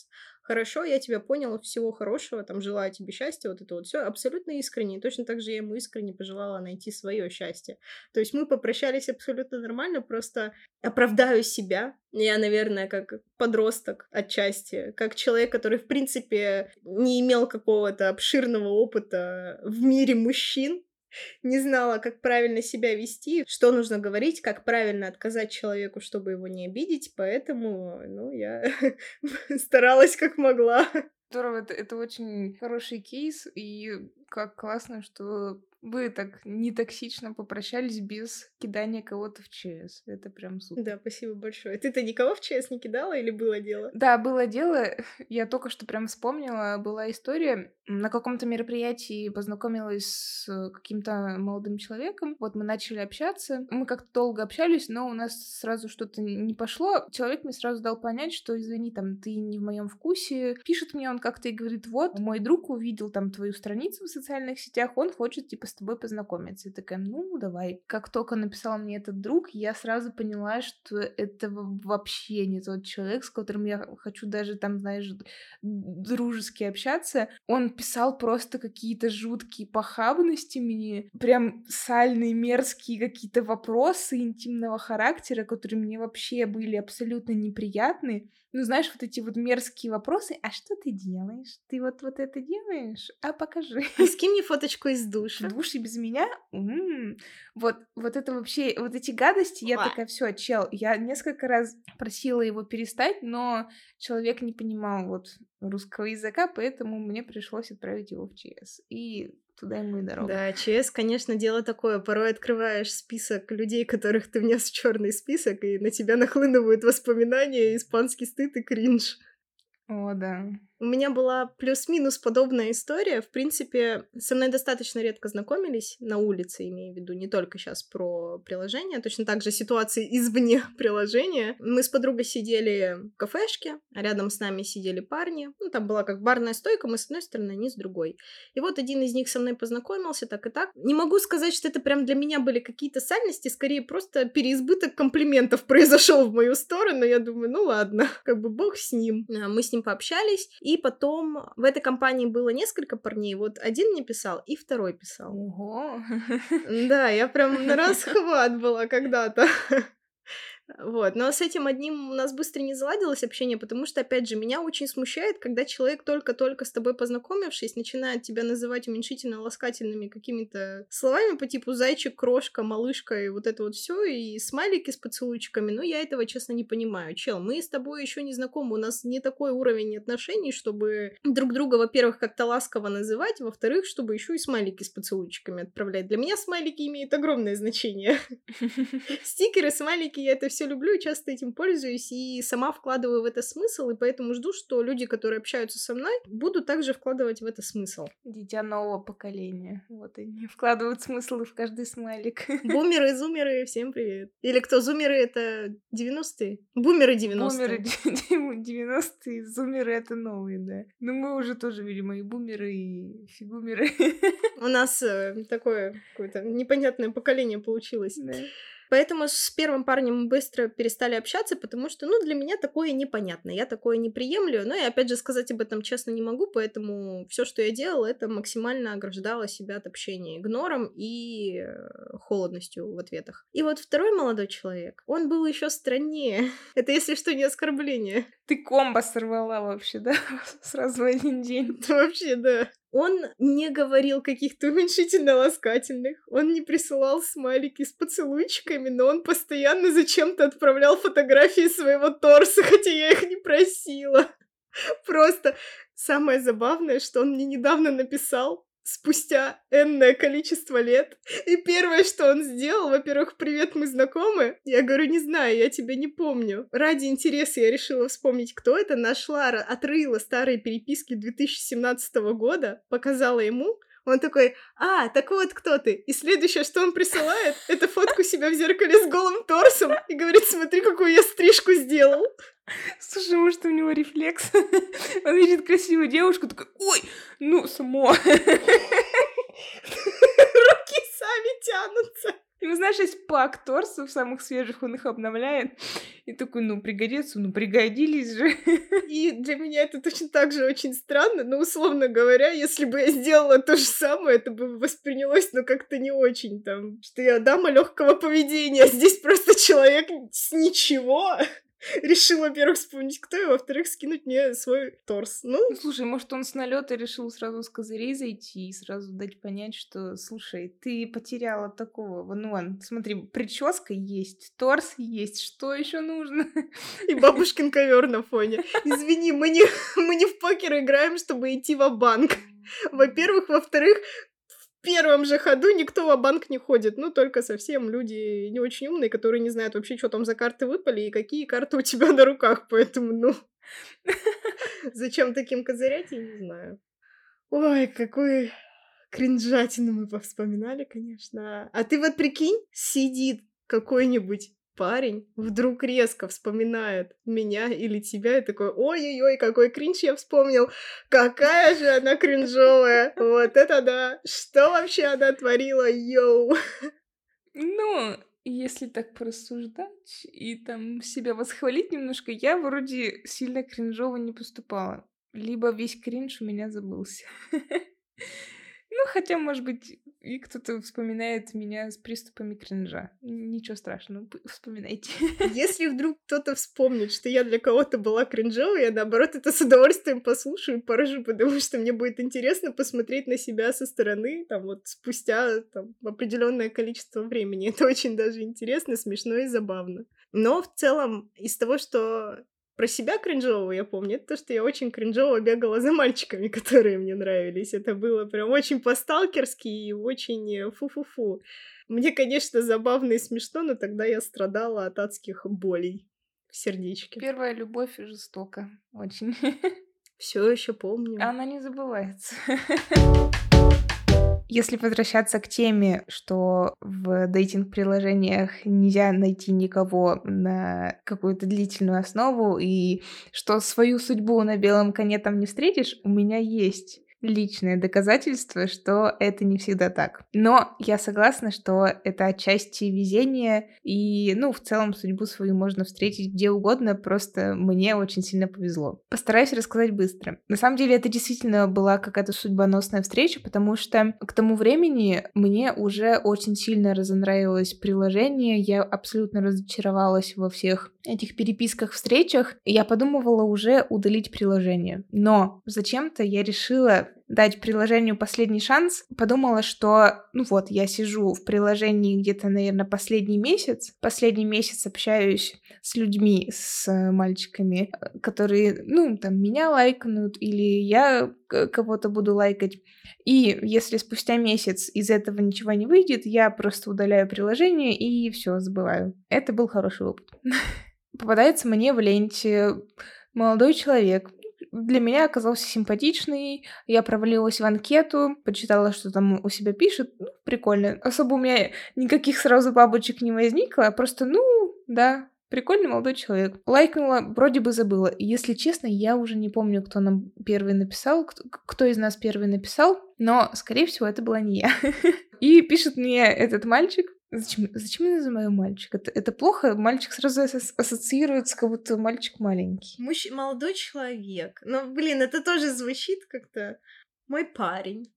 хорошо, я тебя поняла, всего хорошего, там, желаю тебе счастья, вот это вот все абсолютно искренне. И точно так же я ему искренне пожелала найти свое счастье. То есть мы попрощались абсолютно нормально, просто оправдаю себя. Я, наверное, как подросток отчасти, как человек, который, в принципе, не имел какого-то обширного опыта в мире мужчин, не знала, как правильно себя вести, что нужно говорить, как правильно отказать человеку, чтобы его не обидеть, поэтому, ну, я старалась как могла. Здорово, это, это очень хороший кейс, и как классно, что вы так нетоксично попрощались без кидания кого-то в ЧС. Это прям супер. Да, спасибо большое. Ты-то никого в ЧС не кидала или было дело? Да, было дело. Я только что прям вспомнила, была история. На каком-то мероприятии познакомилась с каким-то молодым человеком. Вот мы начали общаться. Мы как-то долго общались, но у нас сразу что-то не пошло. Человек мне сразу дал понять, что, извини, там, ты не в моем вкусе. Пишет мне он как-то и говорит, вот, мой друг увидел там твою страницу в социальных сетях, он хочет, типа, с тобой познакомиться. Я такая, ну, давай. Как только написал мне этот друг, я сразу поняла, что это вообще не тот человек, с которым я хочу даже там, знаешь, дружески общаться. Он писал просто какие-то жуткие похабности мне, прям сальные, мерзкие какие-то вопросы интимного характера, которые мне вообще были абсолютно неприятны. Ну, знаешь, вот эти вот мерзкие вопросы. А что ты делаешь? Ты вот, вот это делаешь? А покажи. А скинь мне фоточку из душа. В душе без меня? М-м-м. Вот, вот это вообще, вот эти гадости, я Ва. такая, все, чел. Я несколько раз просила его перестать, но человек не понимал вот русского языка, поэтому мне пришлось отправить его в ЧС. И туда ему и дорога. Да, ЧС, конечно, дело такое. Порой открываешь список людей, которых ты внес в черный список, и на тебя нахлынывают воспоминания, испанский стыд и кринж. О, да. У меня была плюс-минус подобная история. В принципе, со мной достаточно редко знакомились на улице, имею в виду, не только сейчас про приложение, точно так же ситуации извне приложения. Мы с подругой сидели в кафешке, а рядом с нами сидели парни. Ну, там была как барная стойка, мы с одной стороны, они с другой. И вот один из них со мной познакомился, так и так. Не могу сказать, что это прям для меня были какие-то сальности, скорее просто переизбыток комплиментов произошел в мою сторону. Я думаю, ну ладно, как бы бог с ним. Мы с ним пообщались. И потом в этой компании было несколько парней. Вот один мне писал, и второй писал. Ого! Да, я прям на расхват была когда-то. Вот, но с этим одним у нас быстро не заладилось общение, потому что, опять же, меня очень смущает, когда человек, только-только с тобой познакомившись, начинает тебя называть уменьшительно-ласкательными какими-то словами по типу зайчик, крошка, малышка и вот это вот все и смайлики с поцелуйчиками. Ну, я этого, честно, не понимаю. Чел, мы с тобой еще не знакомы, у нас не такой уровень отношений, чтобы друг друга, во-первых, как-то ласково называть, во-вторых, чтобы еще и смайлики с поцелуйчиками отправлять. Для меня смайлики имеют огромное значение. Стикеры, смайлики, я это все люблю и часто этим пользуюсь, и сама вкладываю в это смысл, и поэтому жду, что люди, которые общаются со мной, будут также вкладывать в это смысл. Дитя нового поколения. Вот они вкладывают смысл в каждый смайлик. Бумеры, зумеры, всем привет. Или кто, зумеры — это девяностые? Бумеры девяностые. Бумеры девяностые, зумеры — это новые, да. Но мы уже тоже, видимо, и бумеры, и фигумеры. У нас э, такое какое-то непонятное поколение получилось. Да. Поэтому с первым парнем мы быстро перестали общаться, потому что, ну, для меня такое непонятно, я такое не приемлю, но и, опять же, сказать об этом честно не могу, поэтому все, что я делала, это максимально ограждала себя от общения игнором и холодностью в ответах. И вот второй молодой человек, он был еще страннее. Это, если что, не оскорбление. Ты комбо сорвала вообще, да? Сразу в один день. Это вообще, да. Он не говорил каких-то уменьшительно-ласкательных, он не присылал смайлики с поцелуйчиками, но он постоянно зачем-то отправлял фотографии своего торса, хотя я их не просила. Просто самое забавное, что он мне недавно написал, спустя энное количество лет. И первое, что он сделал, во-первых, привет, мы знакомы. Я говорю, не знаю, я тебя не помню. Ради интереса я решила вспомнить, кто это. Нашла, отрыла старые переписки две тысячи семнадцатого года, показала ему. Он такой, а, так вот кто ты. И следующее, что он присылает, это фотку себя в зеркале с голым торсом и говорит, смотри, какую я стрижку сделал. Слушай, может, у него рефлекс? Он видит красивую девушку, такой, ой, ну, само. Руки сами тянутся. И, знаешь, есть пак торсов самых свежих, он их обновляет. И такой, ну, пригодится, ну, пригодились же. И для меня это точно так же очень странно, но, условно говоря, если бы я сделала то же самое, это бы воспринялось, ну, как-то не очень там, что я дама легкого поведения, а здесь просто человек с ничего решил, во-первых, вспомнить, кто я, во-вторых, скинуть мне свой торс. Ну, Ну, слушай, может, он с налета решил сразу с козырей зайти и сразу дать понять, что, слушай, ты потеряла такого, вон, вон, смотри, прическа есть, торс есть, что еще нужно? и бабушкин ковер на фоне. Извини, мы не, мы не в покер играем, чтобы идти ва-банк. Во-первых, во-вторых, в первом же ходу никто ва-банк не ходит. Ну, только совсем люди не очень умные, которые не знают вообще, что там за карты выпали и какие карты у тебя на руках. Поэтому, ну, зачем таким козырять, я не знаю. Ой, какой кринжатину мы повспоминали, конечно. А ты вот прикинь, сидит какой-нибудь парень, вдруг резко вспоминает меня или тебя и такой, ой-ой-ой, какой кринж я вспомнил, какая же она кринжовая, вот это да, что вообще она творила, йоу. Ну, если так порассуждать и там себя восхвалить немножко, я вроде сильно кринжово не поступала. Либо весь кринж у меня забылся. Ну, хотя, может быть, и кто-то вспоминает меня с приступами кринжа. Ничего страшного, п- вспоминайте. Если вдруг кто-то вспомнит, что я для кого-то была кринжовой, я, наоборот, это с удовольствием послушаю и поржу, потому что мне будет интересно посмотреть на себя со стороны, там, вот, спустя, там, определенное количество времени. Это очень даже интересно, смешно и забавно. Но в целом, из того, что про себя кринжового я помню, это то, что я очень кринжово бегала за мальчиками, которые мне нравились. Это было прям очень по-сталкерски и очень э, фу-фу-фу. Мне, конечно, забавно и смешно, но тогда я страдала от адских болей в сердечке. Первая любовь жестока. Очень. Все еще помню. Она не забывается. Если возвращаться к теме, что в дейтинг-приложениях нельзя найти никого на какую-то длительную основу, и что свою судьбу на белом коне там не встретишь, у меня есть личное доказательство, что это не всегда так. Но я согласна, что это отчасти везение, и, ну, в целом судьбу свою можно встретить где угодно, просто мне очень сильно повезло. Постараюсь рассказать быстро. На самом деле это действительно была какая-то судьбоносная встреча, потому что к тому времени мне уже очень сильно разонравилось приложение, я абсолютно разочаровалась во всех этих переписках, встречах, и я подумывала уже удалить приложение. Но зачем-то я решила дать приложению последний шанс. Подумала, что, ну вот, я сижу в приложении где-то, наверное, последний месяц. Последний месяц общаюсь с людьми, с мальчиками, которые, ну, там, меня лайкнут, или я кого-то буду лайкать. И если спустя месяц из этого ничего не выйдет, я просто удаляю приложение и все, забываю. Это был хороший опыт. Попадается мне в ленте молодой человек. Для меня оказался симпатичный. Я провалилась в анкету, почитала, что там у себя пишет. Ну, прикольно. Особо у меня никаких сразу бабочек не возникло. Просто, ну, да, прикольный молодой человек. Лайкнула, вроде бы забыла. И, если честно, я уже не помню, кто нам первый написал, кто, кто из нас первый написал, но, скорее всего, это была не я. И пишет мне этот мальчик. Зачем, зачем я называю мальчик? Это, это плохо? Мальчик сразу ас- ассоциируется, как будто мальчик маленький. Мужч... Молодой человек. Ну, блин, это тоже звучит как-то... Мой парень.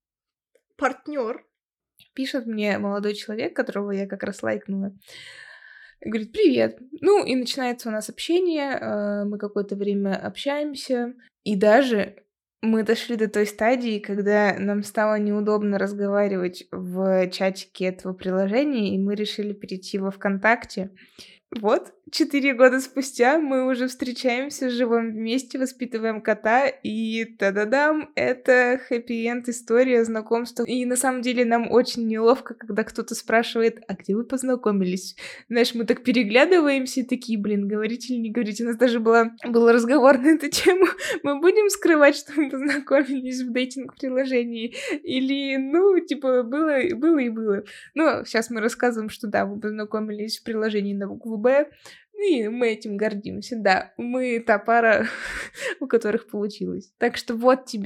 Партнер. Пишет мне молодой человек, которого я как раз лайкнула. Говорит, привет. Ну, и начинается у нас общение, э, мы какое-то время общаемся, и даже мы дошли до той стадии, когда нам стало неудобно разговаривать в чатике этого приложения, и мы решили перейти во ВКонтакте. Вот, четыре года спустя мы уже встречаемся, живем вместе, воспитываем кота, и та-да-дам, это хэппи-энд история знакомства. И на самом деле нам очень неловко, когда кто-то спрашивает, а где вы познакомились? Знаешь, мы так переглядываемся и такие, блин, говорить или не говорить. У нас даже была, был разговор на эту тему. Мы будем скрывать, что мы познакомились в дейтинг-приложении? Или, ну, типа, было, было и было. Но сейчас мы рассказываем, что да, мы познакомились в приложении на букву Б, и мы этим гордимся, да. Мы та пара, у которых получилось. Так что вот тебе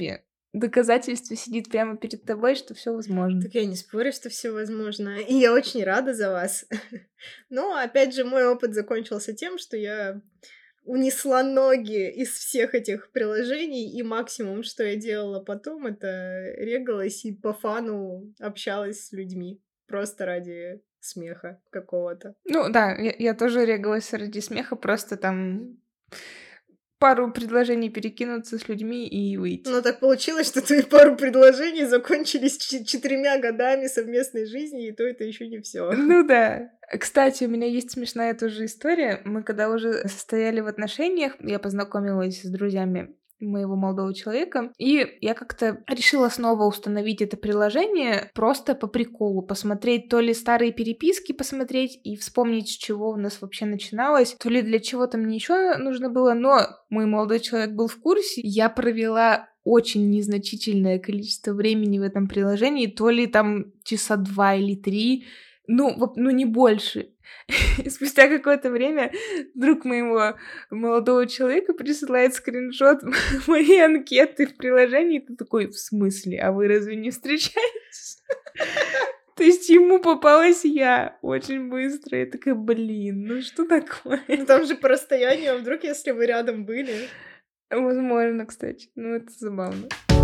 доказательство сидит прямо перед тобой, что все возможно. Так я не спорю, что все возможно. И я очень рада за вас. Но, опять же, мой опыт закончился тем, что я унесла ноги из всех этих приложений, и максимум, что я делала потом, это регалась и по фану общалась с людьми. Просто ради смеха какого-то. Ну да, я, я тоже регалась ради смеха, просто там пару предложений перекинуться с людьми и выйти. Но так получилось, что твои пару предложений закончились ч- четырьмя годами совместной жизни, и то это еще не все. Ну да. Кстати, у меня есть смешная тоже история. Мы когда уже состояли в отношениях, я познакомилась с друзьями моего молодого человека, и я как-то решила снова установить это приложение просто по приколу, посмотреть то ли старые переписки посмотреть и вспомнить, с чего у нас вообще начиналось, то ли для чего-то мне еще нужно было, но мой молодой человек был в курсе, я провела очень незначительное количество времени в этом приложении, то ли там часа два или три, ну, ну не больше. И спустя какое-то время друг моего молодого человека присылает скриншот моей анкеты в приложении. Ты такой, в смысле? А вы разве не встречаетесь? То есть ему попалась я очень быстро. Я такая, блин, ну что такое? Ну там же по расстоянию, а вдруг если вы рядом были? Возможно, кстати. Ну это забавно.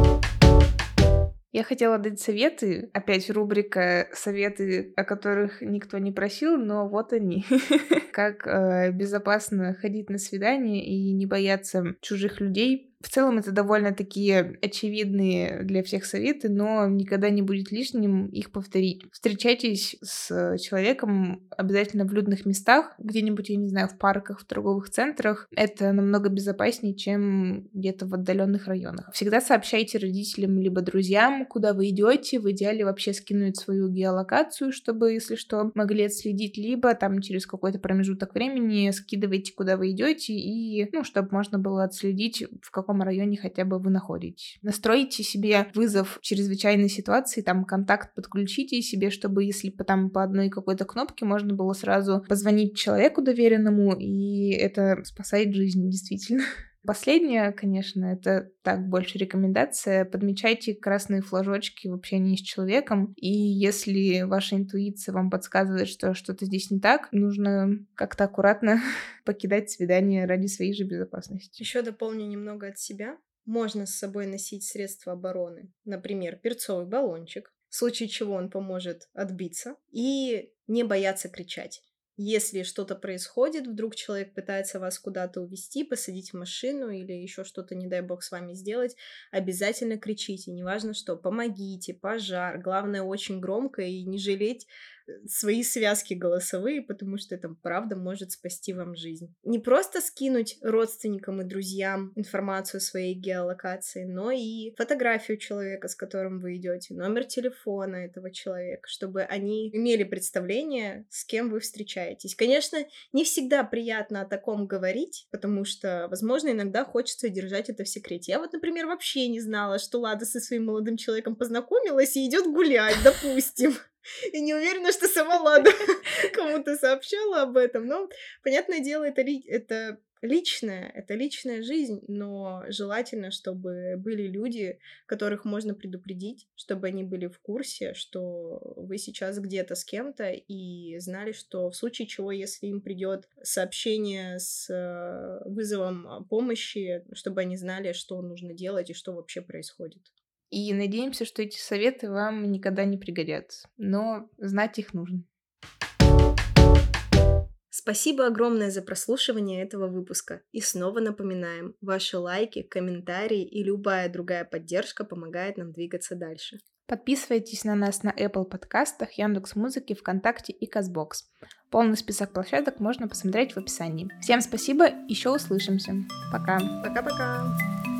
Я хотела дать советы, опять рубрика «Советы, о которых никто не просил», но вот они. Как э, безопасно ходить на свидание и не бояться чужих людей. В целом это довольно такие очевидные для всех советы, но никогда не будет лишним их повторить. Встречайтесь с человеком обязательно в людных местах, где-нибудь, я не знаю, в парках, в торговых центрах. Это намного безопаснее, чем где-то в отдаленных районах. Всегда сообщайте родителям либо друзьям, куда вы идете. В идеале вообще скинуть свою геолокацию, чтобы, если что, могли отследить, либо там через какой-то промежуток времени скидывайте, куда вы идете, и, ну, чтобы можно было отследить, в каком районе хотя бы вы находитесь. Настройте себе вызов в чрезвычайной ситуации, там контакт подключите себе, чтобы если по, там, по одной какой-то кнопке можно было сразу позвонить человеку доверенному, и это спасает жизнь, действительно. Последнее, конечно, это так больше рекомендация. Подмечайте красные флажочки в общении с человеком, и если ваша интуиция вам подсказывает, что что-то здесь не так, нужно как-то аккуратно покидать свидание ради своей же безопасности. Еще дополню немного от себя. Можно с собой носить средства обороны, например, перцовый баллончик, в случае чего он поможет отбиться, и не бояться кричать. Если что-то происходит, вдруг человек пытается вас куда-то увезти, посадить в машину или еще что-то, не дай бог, с вами сделать, обязательно кричите, неважно что, помогите, пожар, главное очень громко и не жалеть свои связки голосовые, потому что это правда может спасти вам жизнь. Не просто скинуть родственникам и друзьям информацию о своей геолокации, но и фотографию человека, с которым вы идете, номер телефона этого человека, чтобы они имели представление, с кем вы встречаетесь. Конечно, не всегда приятно о таком говорить, потому что, возможно, иногда хочется держать это в секрете. Я вот, например, вообще не знала, что Лада со своим молодым человеком познакомилась и идет гулять, допустим. И не уверена, что сама Лада кому-то сообщала об этом. Но, понятное дело, это, ли, это личное, это личная жизнь, но желательно, чтобы были люди, которых можно предупредить, чтобы они были в курсе, что вы сейчас где-то с кем-то, и знали, что в случае чего, если им придет сообщение с вызовом помощи, чтобы они знали, что нужно делать и что вообще происходит. И надеемся, что эти советы вам никогда не пригодятся, но знать их нужно. Спасибо огромное за прослушивание этого выпуска. И снова напоминаем, ваши лайки, комментарии и любая другая поддержка помогает нам двигаться дальше. Подписывайтесь на нас на Apple подкастах, Яндекс.Музыке, ВКонтакте и Казбокс. Полный список площадок можно посмотреть в описании. Всем спасибо, еще услышимся. Пока. Пока-пока.